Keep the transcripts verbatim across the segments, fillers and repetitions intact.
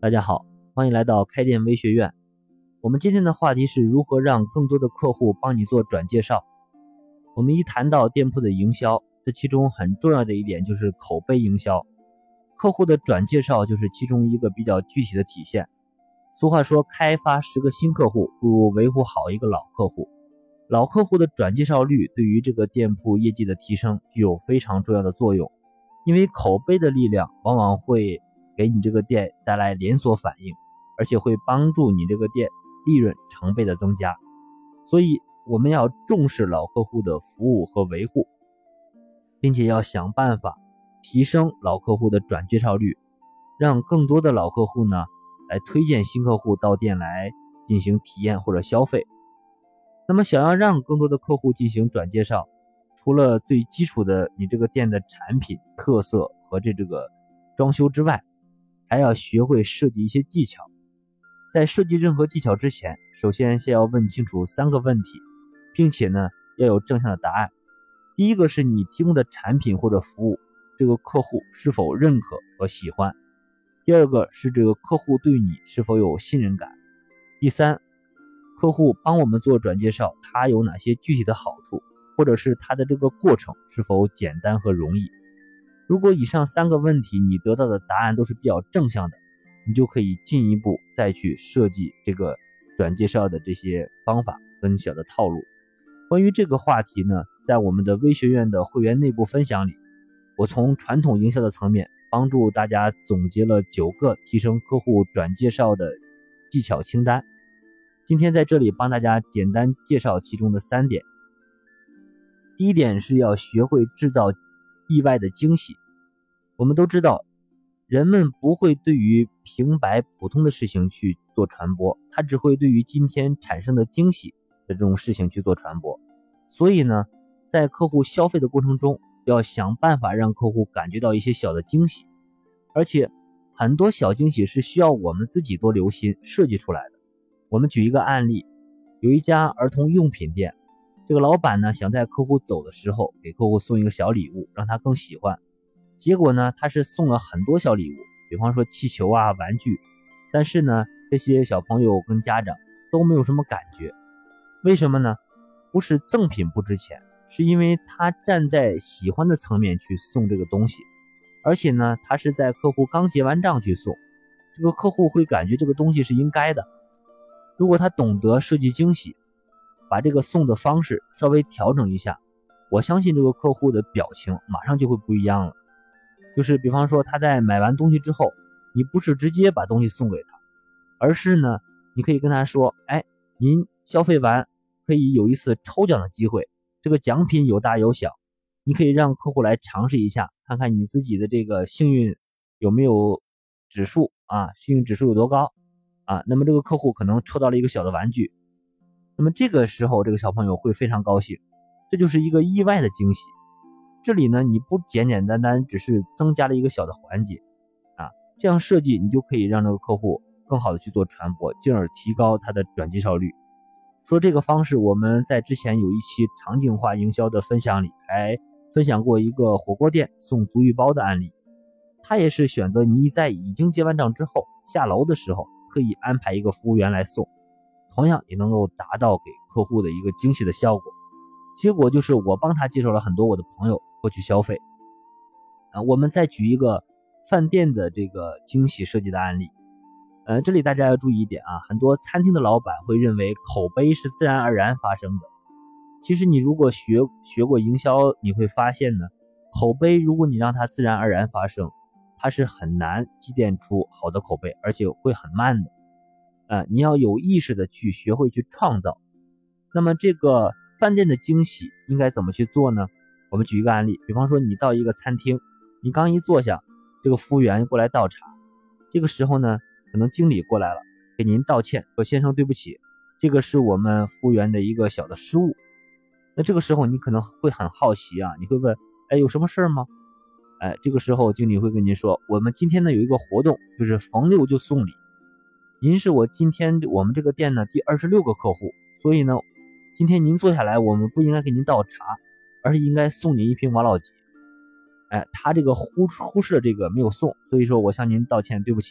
大家好，欢迎来到开店微学院。我们今天的话题是如何让更多的客户帮你做转介绍。我们一谈到店铺的营销，这其中很重要的一点就是口碑营销。客户的转介绍就是其中一个比较具体的体现。俗话说，开发十个新客户不如维护好一个老客户。老客户的转介绍率对于这个店铺业绩的提升具有非常重要的作用，因为口碑的力量往往会给你这个店带来连锁反应，而且会帮助你这个店利润成倍的增加。所以我们要重视老客户的服务和维护，并且要想办法提升老客户的转介绍率，让更多的老客户呢来推荐新客户到店来进行体验或者消费。那么想要让更多的客户进行转介绍，除了最基础的你这个店的产品特色和这这个装修之外，还要学会设计一些技巧。在设计任何技巧之前，首先先要问清楚三个问题，并且呢要有正向的答案。第一个是你提供的产品或者服务，这个客户是否认可和喜欢。第二个是这个客户对你是否有信任感。第三，客户帮我们做转介绍，他有哪些具体的好处，或者是他的这个过程是否简单和容易。如果以上三个问题你得到的答案都是比较正向的，你就可以进一步再去设计这个转介绍的这些方法跟小的套路。关于这个话题呢，在我们的微学院的会员内部分享里，我从传统营销的层面帮助大家总结了九个提升客户转介绍的技巧清单。今天在这里帮大家简单介绍其中的三点。第一点是要学会制造意外的惊喜。我们都知道，人们不会对于平白普通的事情去做传播，他只会对于今天产生的惊喜的这种事情去做传播。所以呢，在客户消费的过程中，要想办法让客户感觉到一些小的惊喜，而且很多小惊喜是需要我们自己多留心设计出来的。我们举一个案例，有一家儿童用品店，这个老板呢想在客户走的时候给客户送一个小礼物，让他更喜欢。结果呢，他是送了很多小礼物，比方说气球啊、玩具，但是呢，这些小朋友跟家长都没有什么感觉。为什么呢？不是赠品不值钱，是因为他站在喜欢的层面去送这个东西，而且呢，他是在客户刚结完账去送，这个客户会感觉这个东西是应该的。如果他懂得设计惊喜，把这个送的方式稍微调整一下，我相信这个客户的表情马上就会不一样了。就是比方说他在买完东西之后，你不是直接把东西送给他，而是呢，你可以跟他说，哎，您消费完可以有一次抽奖的机会，这个奖品有大有小，你可以让客户来尝试一下，看看你自己的这个幸运有没有指数啊，幸运指数有多高啊，那么这个客户可能抽到了一个小的玩具，那么这个时候这个小朋友会非常高兴，这就是一个意外的惊喜。这里呢，你不简简单单只是增加了一个小的环节啊，这样设计你就可以让这个客户更好的去做传播，进而提高他的转介绍率。说这个方式，我们在之前有一期场景化营销的分享里还分享过一个火锅店送足浴包的案例。他也是选择你在已经结完账之后下楼的时候可以安排一个服务员来送，同样也能够达到给客户的一个惊喜的效果。结果就是我帮他介绍了很多我的朋友过去消费。啊，我们再举一个饭店的这个惊喜设计的案例。呃，这里大家要注意一点啊，很多餐厅的老板会认为口碑是自然而然发生的。其实你如果学学过营销，你会发现呢，口碑如果你让它自然而然发生，它是很难积淀出好的口碑，而且会很慢的。呃，你要有意识的去学会去创造。那么这个饭店的惊喜应该怎么去做呢？我们举一个案例，比方说你到一个餐厅，你刚一坐下，这个服务员过来倒茶，这个时候呢，可能经理过来了，给您道歉，说先生对不起，这个是我们服务员的一个小的失误。那这个时候你可能会很好奇啊，你会问，哎，有什么事吗？哎，这个时候经理会跟您说，我们今天呢有一个活动，就是逢六就送礼。您是我今天我们这个店呢第二十六个客户，所以呢，今天您坐下来，我们不应该给您倒茶，而是应该送您一瓶王老吉。哎，他这个忽忽视了这个没有送，所以说我向您道歉，对不起。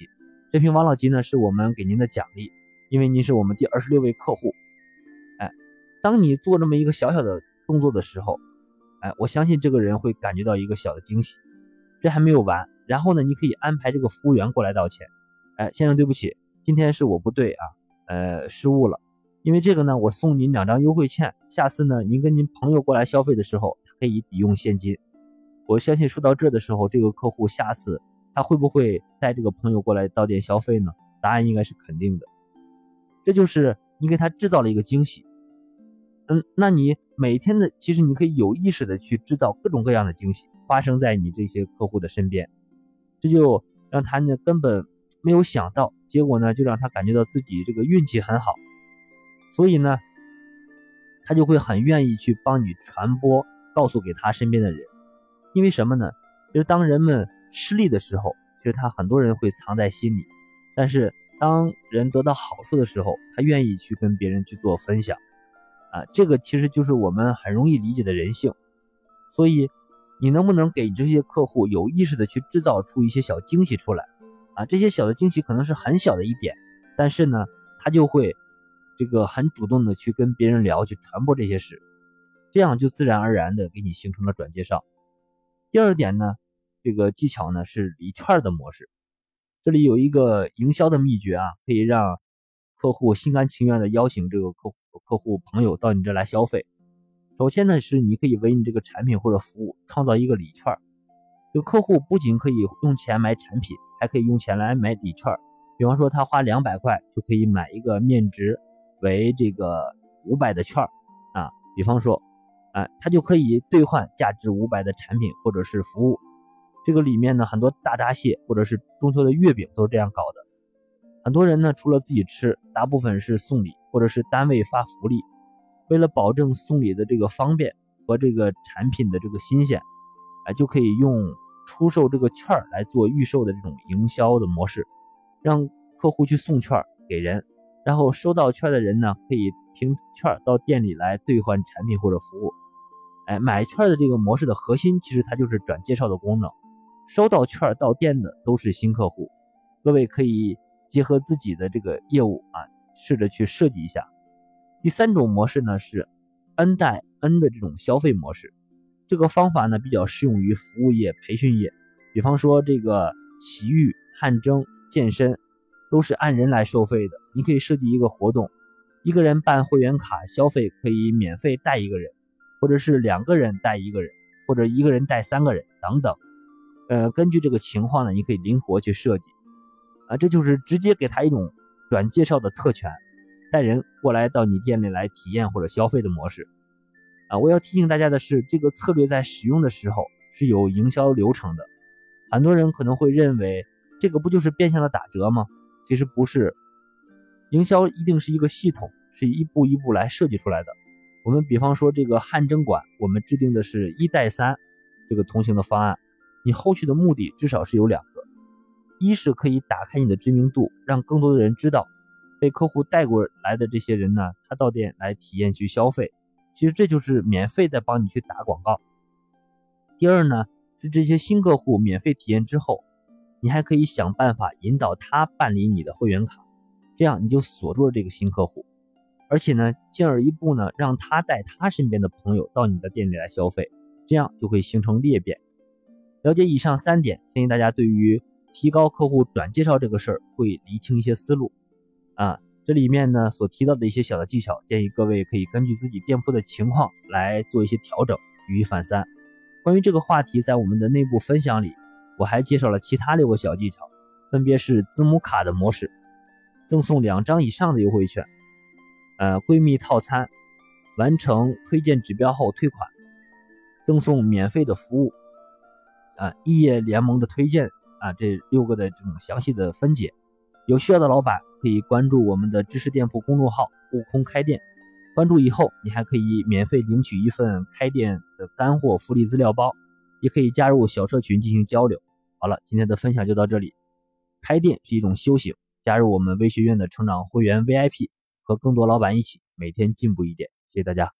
这瓶王老吉呢是我们给您的奖励，因为您是我们第二十六位客户。哎，当你做这么一个小小的动作的时候，哎，我相信这个人会感觉到一个小的惊喜。这还没有完，然后呢，你可以安排这个服务员过来道歉。哎，先生对不起，今天是我不对啊，呃，失误了。因为这个呢，我送您两张优惠券，下次呢，您跟您朋友过来消费的时候，可以抵用现金。我相信说到这的时候，这个客户下次他会不会带这个朋友过来到店消费呢？答案应该是肯定的。这就是你给他制造了一个惊喜。嗯，那你每天的其实你可以有意识的去制造各种各样的惊喜，发生在你这些客户的身边，这就让他呢根本没有想到，结果呢就让他感觉到自己这个运气很好，所以呢他就会很愿意去帮你传播，告诉给他身边的人。因为什么呢？就是当人们失利的时候，其实他很多人会藏在心里，但是当人得到好处的时候，他愿意去跟别人去做分享啊，这个其实就是我们很容易理解的人性。所以你能不能给这些客户有意识的去制造出一些小惊喜出来啊？这些小的惊喜可能是很小的一点，但是呢他就会这个很主动的去跟别人聊，去传播这些事，这样就自然而然的给你形成了转介绍。第二点呢，这个技巧呢是礼券的模式。这里有一个营销的秘诀啊，可以让客户心甘情愿的邀请这个客户客户朋友到你这来消费。首先呢是你可以为你这个产品或者服务创造一个礼券，这个客户不仅可以用钱买产品，还可以用钱来买礼券。比方说他花两百块就可以买一个面值为这个五百的券啊，比方说啊，他就可以兑换价值五百的产品或者是服务。这个里面呢，很多大闸蟹或者是中秋的月饼都是这样搞的。很多人呢，除了自己吃，大部分是送礼或者是单位发福利。为了保证送礼的这个方便和这个产品的这个新鲜，哎，就可以用出售这个券来做预售的这种营销的模式，让客户去送券给人，然后收到券的人呢，可以凭券到店里来兑换产品或者服务。哎，买券的这个模式的核心，其实它就是转介绍的功能。收到券到店的都是新客户，各位可以结合自己的这个业务啊，试着去设计一下。第三种模式呢是 N 带 N 的这种消费模式，这个方法呢比较适用于服务业、培训业。比方说这个洗浴、汗蒸、健身都是按人来收费的，你可以设计一个活动，一个人办会员卡消费可以免费带一个人，或者是两个人带一个人，或者一个人带三个人等等。呃，根据这个情况呢，你可以灵活去设计啊，这就是直接给他一种转介绍的特权，带人过来到你店里来体验或者消费的模式啊。我要提醒大家的是，这个策略在使用的时候是有营销流程的。很多人可能会认为这个不就是变相的打折吗？其实不是，营销一定是一个系统，是一步一步来设计出来的。我们比方说这个汗蒸馆，我们制定的是一带三这个同行的方案，你后续的目的至少是有两个，一是可以打开你的知名度，让更多的人知道被客户带过来的这些人呢，他到店来体验去消费，其实这就是免费的帮你去打广告。第二呢，是这些新客户免费体验之后，你还可以想办法引导他办理你的会员卡，这样你就锁住了这个新客户，而且呢，进而一步呢，让他带他身边的朋友到你的店里来消费，这样就会形成裂变。了解以上三点，相信大家对于提高客户转介绍这个事儿会厘清一些思路啊。这里面呢所提到的一些小的技巧，建议各位可以根据自己店铺的情况来做一些调整，举一反三。关于这个话题，在我们的内部分享里，我还介绍了其他六个小技巧，分别是字母卡的模式，赠送两张以上的优惠券，呃，闺蜜套餐，完成推荐指标后退款，赠送免费的服务。啊，异业联盟的推荐啊，这六个的这种详细的分解，有需要的老板可以关注我们的知识店铺公众号悟空开店，关注以后你还可以免费领取一份开店的干货福利资料包，也可以加入小社群进行交流。好了，今天的分享就到这里。开店是一种修行，加入我们微学院的成长会员 V I P， 和更多老板一起每天进步一点。谢谢大家。